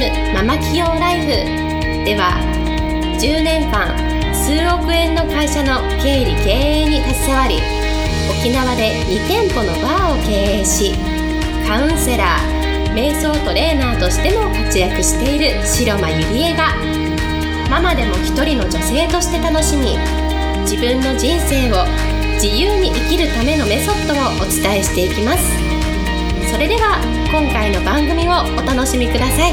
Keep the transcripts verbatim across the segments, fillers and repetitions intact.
むママ企業ライフでは、じゅうねんかん数億円の会社の経理経営に携わり、沖縄でにてんぽのバーを経営し、カウンセラー、瞑想トレーナーとしても活躍している白間ゆりえが、ママでも一人の女性として楽しみ、自分の人生を自由に生きるためのメソッドをお伝えしていきます。それでは今回の番組をお楽しみください。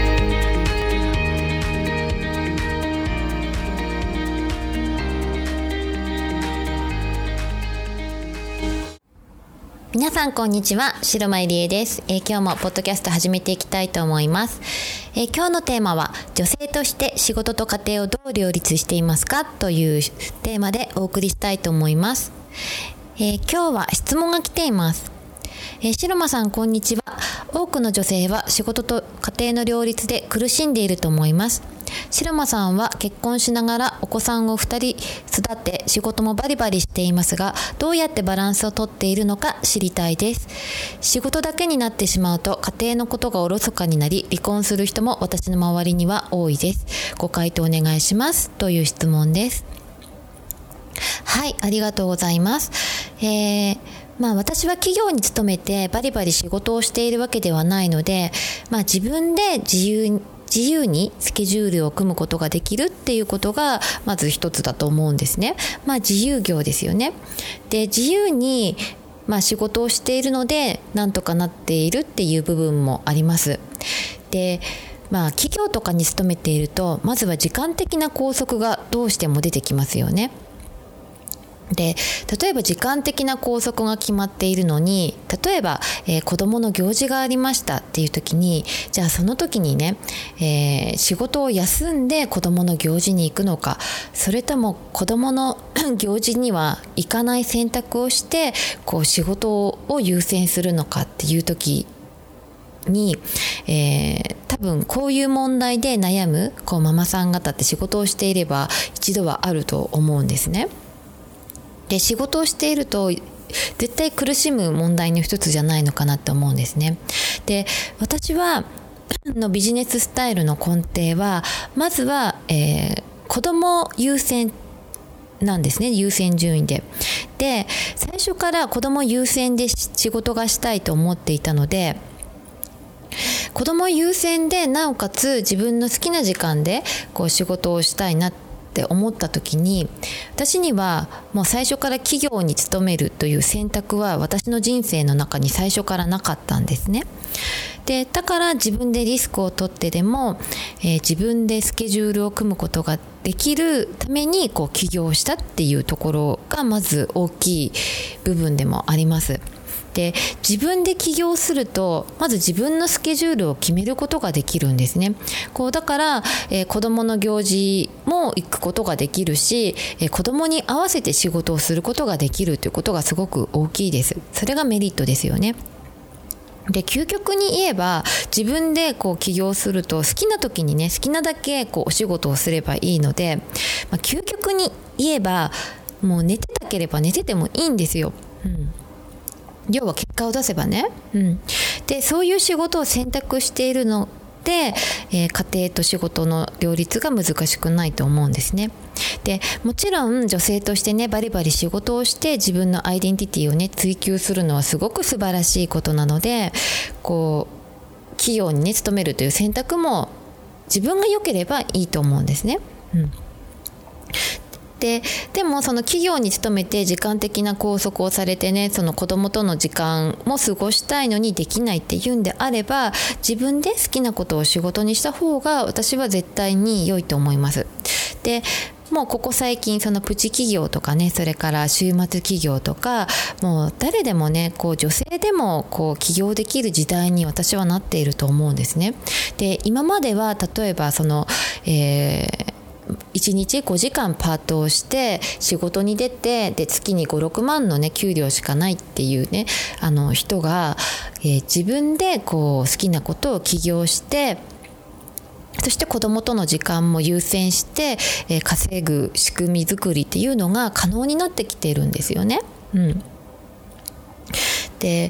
皆さんこんにちは、白間ゆりえです。えー、今日もポッドキャスト始めていきたいと思います。えー、今日のテーマは、女性として仕事と家庭をどう両立していますかというテーマでお送りしたいと思います。えー、今日は質問が来ています。えー、白間さんこんにちは。多くの女性は仕事と家庭の両立で苦しんでいると思います。白間さんは結婚しながらお子さんをふたり育て、仕事もバリバリしていますが、どうやってバランスをとっているのか知りたいです。仕事だけになってしまうと家庭のことがおろそかになり、離婚する人も私の周りには多いです。ご回答お願いしますという質問です。はい、ありがとうございます。えーまあ、私は企業に勤めてバリバリ仕事をしているわけではないので、まあ、自分で自由に自由にスケジュールを組むことができるっていうことがまず一つだと思うんですね。まあ自由業ですよね。で、自由にまあ仕事をしているのでなんとかなっているっていう部分もあります。で、まあ企業とかに勤めていると、まずは時間的な拘束がどうしても出てきますよね。で、例えば時間的な拘束が決まっているのに、例えば、えー、子どもの行事がありましたっていう時に、じゃあその時にね、えー、仕事を休んで子どもの行事に行くのか、それとも子どもの行事には行かない選択をしてこう仕事を優先するのかっていう時に、えー、多分こういう問題で悩むこうママさん方って仕事をしていれば一度はあると思うんですね。で、仕事をしていると絶対苦しむ問題の一つじゃないのかなって思うんですね。で、私はのビジネススタイルの根底は、まずは、えー、子供優先なんですね。優先順位で。で、最初から子供優先で仕事がしたいと思っていたので、子供優先でなおかつ自分の好きな時間でこう仕事をしたいなってって思った時に、私にはもう最初から企業に勤めるという選択は私の人生の中に最初からなかったんですね。で、だから自分でリスクを取ってでも、えー、自分でスケジュールを組むことができるためにこう起業したっていうところがまず大きい部分でもあります。で、自分で起業するとまず自分のスケジュールを決めることができるんですね。こうだから、えー、子どもの行事も行くことができるし、えー、子どもに合わせて仕事をすることができるということがすごく大きいです。それがメリットですよね。で、究極に言えば自分でこう起業すると好きな時にね、好きなだけこうお仕事をすればいいので、まあ、究極に言えばもう寝てたければ寝ててもいいんですよ。うん要は結果を出せばね、うん、でそういう仕事を選択しているので、えー、家庭と仕事の両立が難しくないと思うんですね。でもちろん女性としてねバリバリ仕事をして自分のアイデンティティをね追求するのはすごく素晴らしいことなので、こう企業にね勤めるという選択も自分が良ければいいと思うんですね。うんで, でもその企業に勤めて時間的な拘束をされてね、その子供との時間も過ごしたいのにできないっていうんであれば、自分で好きなことを仕事にした方が私は絶対に良いと思います。でもうここ最近そのプチ企業とかね、それから週末企業とか、もう誰でもねこう女性でもこう起業できる時代に私はなっていると思うんですね。で今までは例えばその、えーいちにちごじかんパートをして仕事に出て、で月にごろくまんのね給料しかないっていうねあの人が、えー、自分でこう好きなことを起業して、そして子どもとの時間も優先して、えー、稼ぐ仕組み作りっていうのが可能になってきているんですよね。うん、で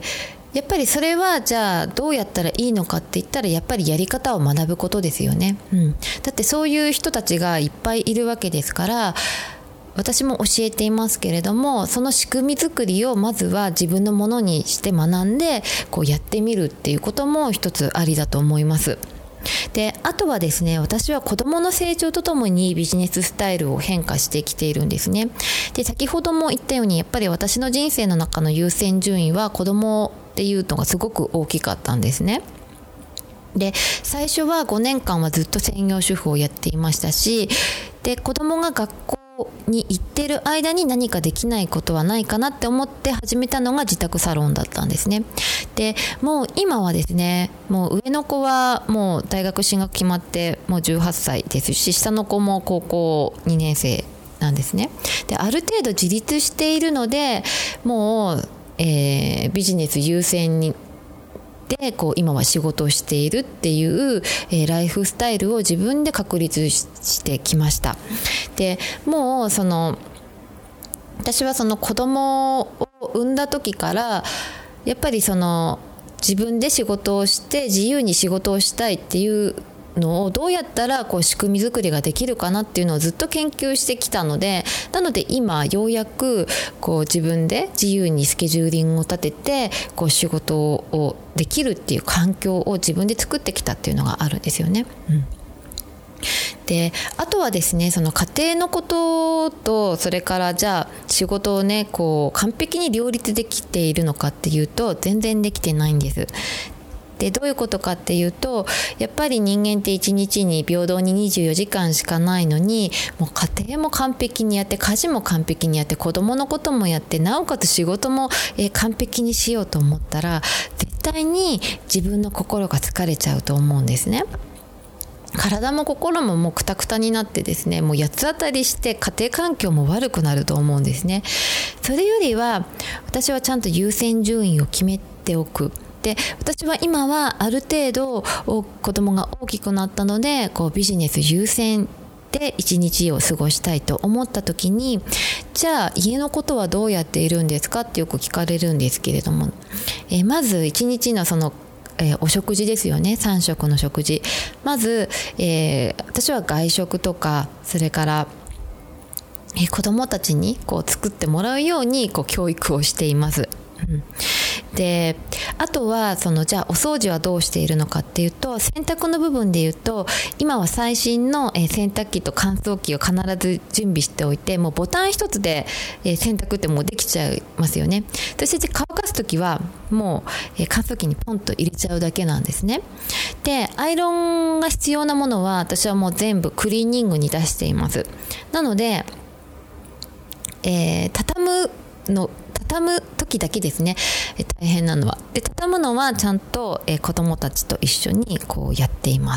やっぱりそれはじゃあどうやったらいいのかって言ったら、やっぱりやり方を学ぶことですよね、うん、だってそういう人たちがいっぱいいるわけですから、私も教えていますけれども、その仕組み作りをまずは自分のものにして学んでこうやってみるっていうことも一つありだと思います。で、あとはですね、私は子どもの成長とともにビジネススタイルを変化してきているんですね。で、先ほども言ったように、やっぱり私の人生の中の優先順位は子どもっていうのがすごく大きかったんですね。で、最初はごねんかんはずっと専業主婦をやっていましたし、で子どもが学校に行ってる間に何かできないことはないかなって思って始めたのが自宅サロンだったんですね。でもう今はですね、もう上の子はもう大学進学決まってもうじゅうはっさいですし、下の子も高校にねん生なんですね。である程度自立しているので、もう、えー、ビジネス優先にでこう今は仕事をしているっていう、えー、ライフスタイルを自分で確立してきました。でもうその私はその子供を産んだ時からやっぱりその自分で仕事をして自由に仕事をしたいっていうのをどうやったらこう仕組み作りができるかなっていうのをずっと研究してきたので、なので今ようやくこう自分で自由にスケジューリングを立ててこう仕事をできるっていう環境を自分で作ってきたっていうのがあるんですよね、うん、であとはですね、その家庭のこととそれからじゃあ仕事をねこう完璧に両立できているのかっていうと全然できてないんです。でどういうことかっていうと、やっぱり人間っていちにちに平等ににじゅうよじかんしかないのに、もう家庭も完璧にやって、家事も完璧にやって、子供のこともやって、なおかつ仕事も、えー、完璧にしようと思ったら絶対に自分の心が疲れちゃうと思うんですね。体も心ももうクタクタになってですね、もう八つ当たりして家庭環境も悪くなると思うんですね。それよりは私はちゃんと優先順位を決めておく。で私は今はある程度子供が大きくなったのでこうビジネス優先で一日を過ごしたいと思った時に、じゃあ家のことはどうやっているんですかってよく聞かれるんですけれども、えまず一日のそのえー、お食事ですよね。さん食の食事、まず、えー、私は外食とかそれから、えー、子どもたちにこう作ってもらうようにこう教育をしています、うん、であとはそのじゃあお掃除はどうしているのかっていうと、洗濯の部分でいうと今は最新の、えー、洗濯機と乾燥機を必ず準備しておいて、もうボタン一つで、えー、洗濯ってもうできちゃいますよね。そして乾かすときはもう、えー、乾燥機にポンと入れちゃうだけなんですね。でアイロンが必要なものは私はもう全部クリーニングに出しています。なので、えー、畳むの畳む時だけですね、え大変なのは。で畳むのはちゃんと、えー、子どもたちと一緒にこうやっています。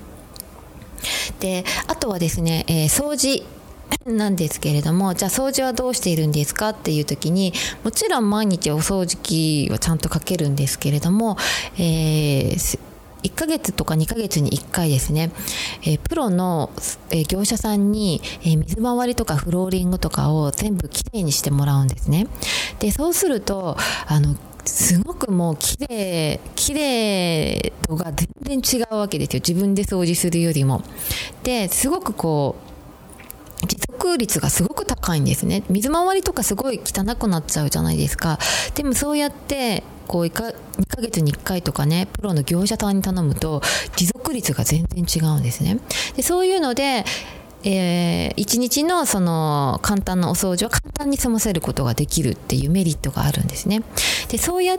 であとはですね、えー、掃除なんですけれども、じゃあ掃除はどうしているんですかっていう時に、もちろん毎日お掃除機はちゃんとかけるんですけれども、えーいっかげつとかにかげつにいっかいですね、えー、プロの、えー、業者さんに、えー、水回りとかフローリングとかを全部きれいにしてもらうんですね。でそうするとあのすごくもうきれいきれい度が全然違うわけですよ、自分で掃除するよりも。ですごくこう持続率がすごく高いんですね。水回りとかすごい汚くなっちゃうじゃないですか。でもそうやってこうにかげつにいっかいとかね、プロの業者さんに頼むと持続率が全然違うんですね。でそういうので、えー、いちにちのその簡単なお掃除を簡単に済ませることができるっていうメリットがあるんですね。でそうやって、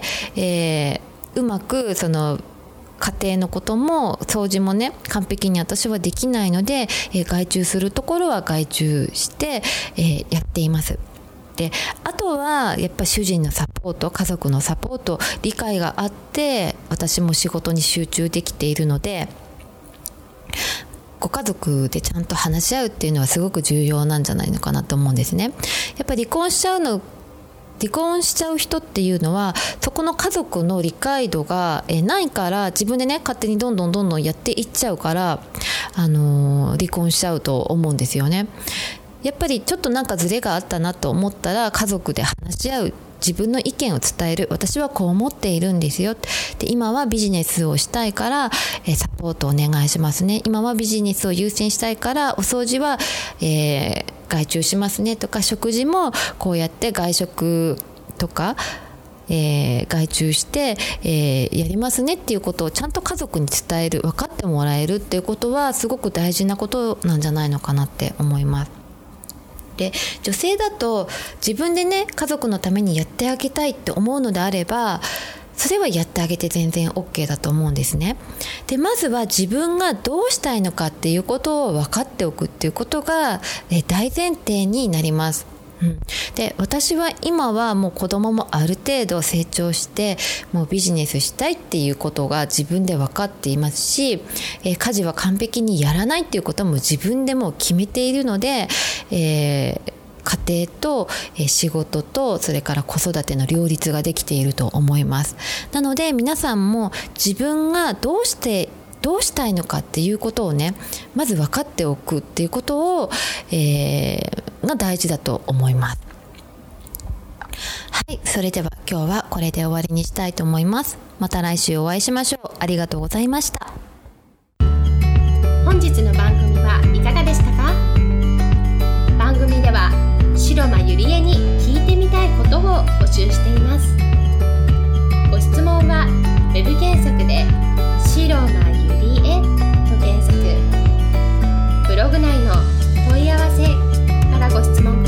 えー、うまくその家庭のことも掃除もね完璧に私はできないので、えー、外注するところは外注して、えー、やっています。であとはやっぱ主人のサポート、家族のサポート、理解があって私も仕事に集中できているので、ご家族でちゃんと話し合うっていうのはすごく重要なんじゃないのかなと思うんですね。やっぱり離婚しちゃうの離婚しちゃう人っていうのはそこの家族の理解度がないから、自分でね勝手にどんどんどんどんやっていっちゃうから、あのー、離婚しちゃうと思うんですよね。やっぱりちょっとなんかズレがあったなと思ったら家族で話し合うっ自分の意見を伝える。私はこう思っているんですよ。で、今はビジネスをしたいから、えー、サポートお願いしますね。今はビジネスを優先したいからお掃除は、えー、外注しますねとか、食事もこうやって外食とか、えー、外注して、えー、やりますねっていうことをちゃんと家族に伝える、分かってもらえるっていうことはすごく大事なことなんじゃないのかなって思います。で、女性だと自分でね、家族のためにやってあげたいって思うのであれば、それはやってあげて全然 OK だと思うんですね。で、まずは自分がどうしたいのかっていうことを分かっておくっていうことがえ大前提になります。うん、で、私は今はもう子供もある程度成長して、もうビジネスしたいっていうことが自分で分かっていますし、えー、家事は完璧にやらないっていうことも自分でも決めているので、えー家庭と仕事とそれから子育ての両立ができていると思います。なので皆さんも自分がどうしてどうしたいのかっていうことをね、まず分かっておくっていうことを、えー、が大事だと思います。はい、それでは今日はこれで終わりにしたいと思います。また来週お会いしましょう。ありがとうございました。 本日の番組はいかがでしたか？番組では白間ゆりえに聞いてみたいことを募集しています。ご質問はウェブ検索で白間ゆりえと検索、ブログ内の問い合わせからご質問